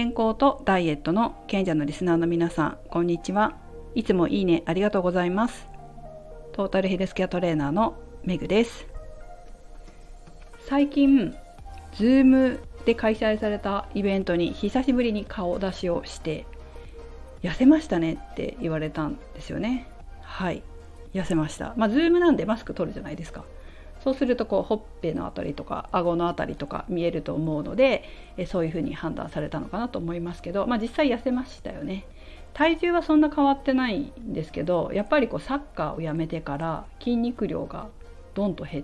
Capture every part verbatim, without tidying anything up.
健康とダイエットの賢者のリスナーの皆さん、こんにちは。いつもいいねありがとうございます。トータルヘルスケアトレーナーのメグです。最近 Zoom で開催されたイベントに久しぶりに顔出しをして痩せましたねって言われたんですよね。はい、痩せました。まあ Zoom なんでマスク取るじゃないですか。そうするとこうほっぺのあたりとか顎のあたりとか見えると思うので、えそういうふうに判断されたのかなと思いますけど、まあ、実際痩せましたよね。体重はそんな変わってないんですけど、やっぱりこうサッカーをやめてから筋肉量がどんと減って、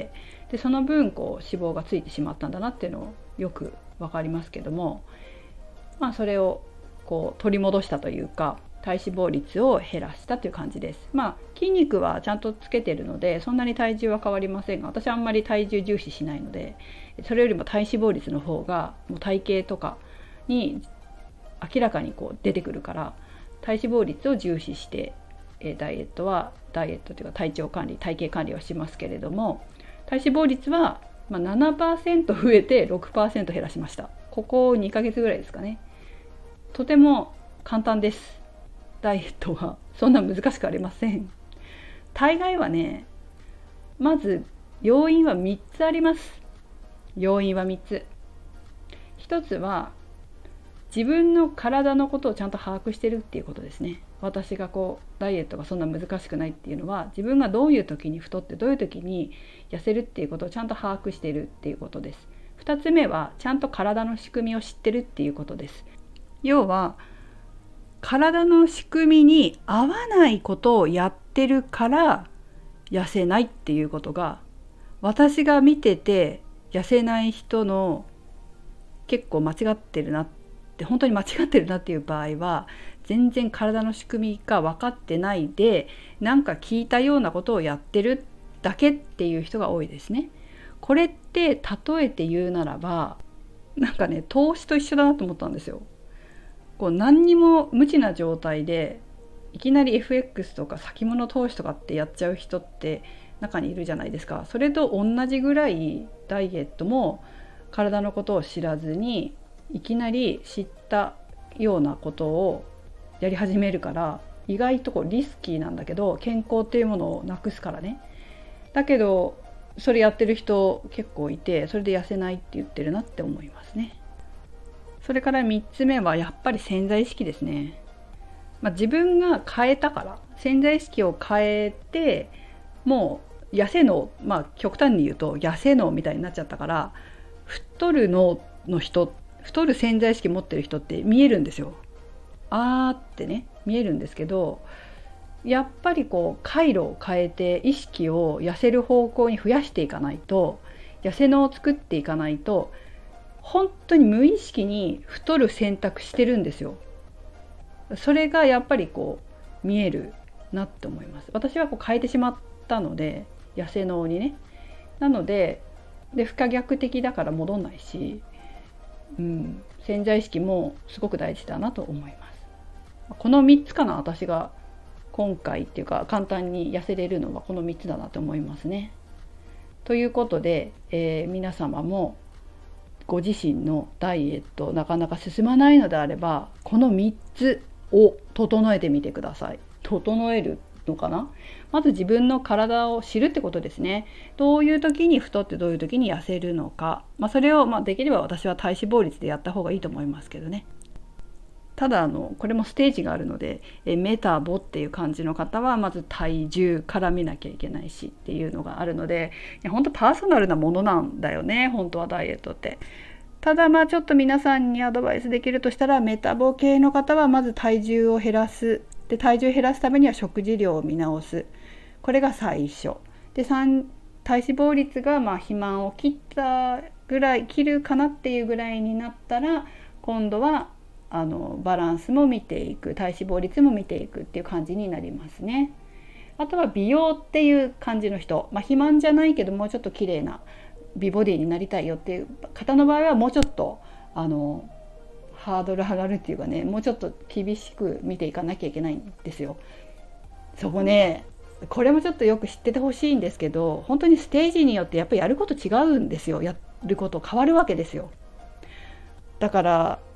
でその分こう脂肪がついてしまったんだなっていうのをよく分かりますけども、まあ、それをこう取り戻したというか、体脂肪率を減らしたという感じです。まあ筋肉はちゃんとつけてるのでそんなに体重は変わりませんが、私はあんまり体重重視しないので、それよりも体脂肪率の方がもう体型とかに明らかにこう出てくるから、体脂肪率を重視してダイエットはダイエットというか体調管理体型管理はしますけれども、体脂肪率はまあ ななパーセント 増えて ろくパーセント 減らしました。ここにかげつぐらいですかね。とても簡単です。ダイエットはそんな難しくありません。大概はね、まず要因はみっつあります。要因はみっつ。ひとつは自分の体のことをちゃんと把握してるっていうことですね。私がこうダイエットがそんな難しくないっていうのは、自分がどういう時に太ってどういう時に痩せるっていうことをちゃんと把握しているっていうことです。ふたつめはちゃんと体の仕組みを知ってるっていうことです。要は体の仕組みに合わないことをやってるから痩せないっていうことが、私が見てて痩せない人の結構間違ってるなって、本当に間違ってるなっていう場合は、全然体の仕組みが分かってないで、なんか聞いたようなことをやってるだけっていう人が多いですね。これって例えて言うならば、なんかね、投資と一緒だなと思ったんですよ。こう何にも無知な状態でいきなり エフエックス とか先物投資とかってやっちゃう人って中にいるじゃないですか。それと同じぐらいダイエットも体のことを知らずにいきなり知ったようなことをやり始めるから、意外とこうリスキーなんだけど、健康っていうものをなくすからね。だけどそれやってる人結構いて、それで痩せないって言ってるなって思いますね。それからみっつめはやっぱり潜在意識ですね。まあ、自分が変えたから、潜在意識を変えて、もう痩せ脳、まあ極端に言うと痩せ脳みたいになっちゃったから、太る脳の人、太る潜在意識持ってる人って見えるんですよ。あーってね、見えるんですけど、やっぱりこう回路を変えて意識を痩せる方向に増やしていかないと、痩せ脳を作っていかないと、本当に無意識に太る選択してるんですよ。それがやっぱりこう見えるなって思います。私はこう変えてしまったので、痩せ脳にね。なので、で不可逆的だから戻んないし、うん、潜在意識もすごく大事だなと思います。このみっつかな、私が今回っていうか簡単に痩せれるのはこのみっつだなと思いますね。ということで、えー、皆様もご自身のダイエットなかなか進まないのであれば、このみっつを整えてみてください。整えるのかな。まず自分の体を知るってことですね。どういう時に太ってどういう時に痩せるのか、まあ、それをまあできれば私は体脂肪率でやった方がいいと思いますけどね。ただあのこれもステージがあるので、えメタボっていう感じの方はまず体重から見なきゃいけないしっていうのがあるので、いや本当パーソナルなものなんだよね、本当はダイエットって。ただまあちょっと皆さんにアドバイスできるとしたら、メタボ系の方はまず体重を減らす。で体重を減らすためには食事量を見直す。これが最初で、さん体脂肪率がまあ肥満を切ったぐらい、切るかなっていうぐらいになったら、今度はあのバランスも見ていく、体脂肪率も見ていくっていう感じになりますね。あとは美容っていう感じの人、まあ、肥満じゃないけどもうちょっと綺麗な美ボディになりたいよっていう方の場合は、もうちょっとあのハードル上がるっていうかね、もうちょっと厳しく見ていかなきゃいけないんですよ。そこね、これもちょっとよく知っててほしいんですけど、本当にステージによってやっぱりやること違うんですよ。やること変わるわけですよ。だから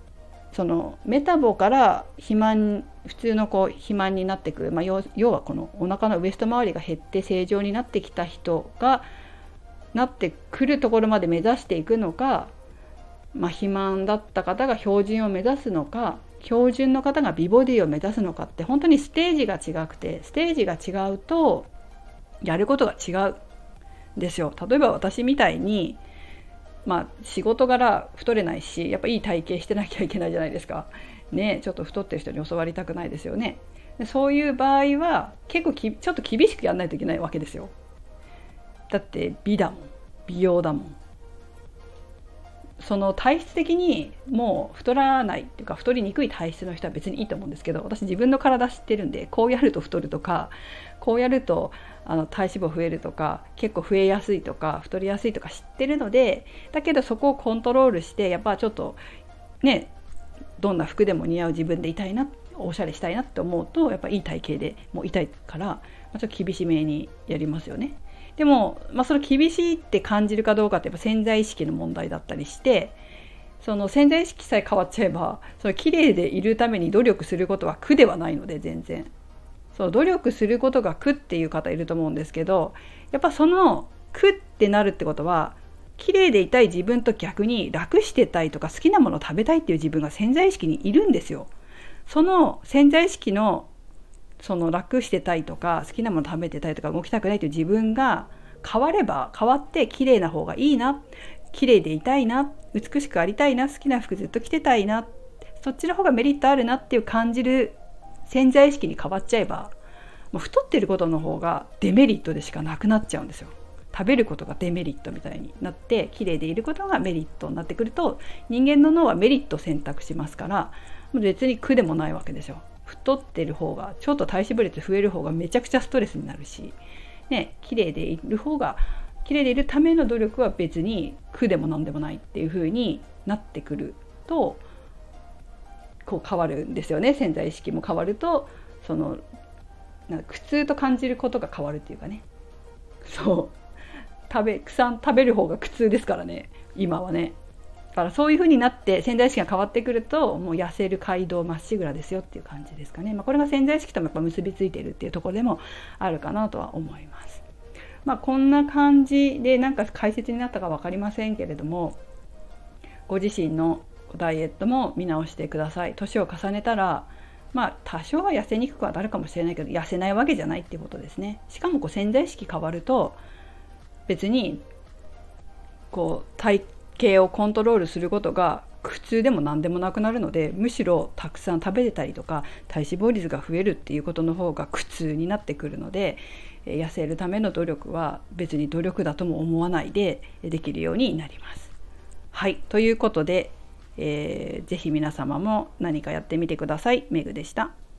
そのメタボから肥満、普通のこう肥満になってくる、まあ、要, 要はこのお腹のウエスト周りが減って正常になってきた人がなってくるところまで目指していくのか、まあ、肥満だった方が標準を目指すのか、標準の方が美ボディを目指すのかって本当にステージが違くて、ステージが違うとやることが違うんですよ。例えば私みたいにまあ、仕事柄太れないし、やっぱいい体型してなきゃいけないじゃないですかね。ちょっと太ってる人に教わりたくないですよね。でそういう場合は結構きちょっと厳しくやらないといけないわけですよ。だって美だもん、美容だもん。その体質的にもう太らないっていうか、太りにくい体質の人は別にいいと思うんですけど、私自分の体知ってるんで、こうやると太るとか、こうやるとあの体脂肪増えるとか、結構増えやすいとか太りやすいとか知ってるので、だけどそこをコントロールして、やっぱちょっとね、どんな服でも似合う自分でいたいな、おしゃれしたいなって思うと、やっぱいい体型でもういたいから、まあ、ちょっと厳しめにやりますよね。でも、まあ、その厳しいって感じるかどうかってやっぱ潜在意識の問題だったりして、その潜在意識さえ変わっちゃえば、その綺麗でいるために努力することは苦ではないので、全然そう努力することが苦っていう方いると思うんですけど、やっぱその苦ってなるってことは、綺麗でいたい自分と逆に楽してたいとか好きなものを食べたいっていう自分が潜在意識にいるんですよ。その潜在意識のその楽してたいとか好きなもの食べてたいとか動きたくないという自分が変われば変わって、綺麗な方がいいな、綺麗でいたいな、美しくありたいな、好きな服ずっと着てたいな、そっちの方がメリットあるなっていう感じる潜在意識に変わっちゃえば、もう太ってることの方がデメリットでしかなくなっちゃうんですよ。食べることがデメリットみたいになって、綺麗でいることがメリットになってくると、人間の脳はメリットを選択しますから、別に苦でもないわけですよ。太ってる方が、ちょっと体脂肪率増える方がめちゃくちゃストレスになるし、ね、綺麗でいる方が、綺麗でいるための努力は別に苦でもなんでもないっていう風になってくると、こう変わるんですよね。潜在意識も変わると、そのなんか苦痛と感じることが変わるっていうかね。そう食べ草食べる方が苦痛ですからね、今はね。だからそういう風になって潜在意識が変わってくると、もう痩せる街道まっしぐらですよっていう感じですかね。まあ、これが潜在意識ともやっぱ結びついているっていうところでもあるかなとは思います。まあ、こんな感じでなんか解説になったか分かりませんけれども、ご自身のダイエットも見直してください。年を重ねたら、まあ多少は痩せにくくはなるかもしれないけど、痩せないわけじゃないっていうことですね。しかもこう潜在意識変わると、別にこう体型をコントロールすることが苦痛でも何でもなくなるので、むしろたくさん食べてたりとか体脂肪率が増えるっていうことの方が苦痛になってくるので、痩せるための努力は別に努力だとも思わないでできるようになります。はい、ということで、えー、ぜひ皆様も何かやってみてください。メグでした。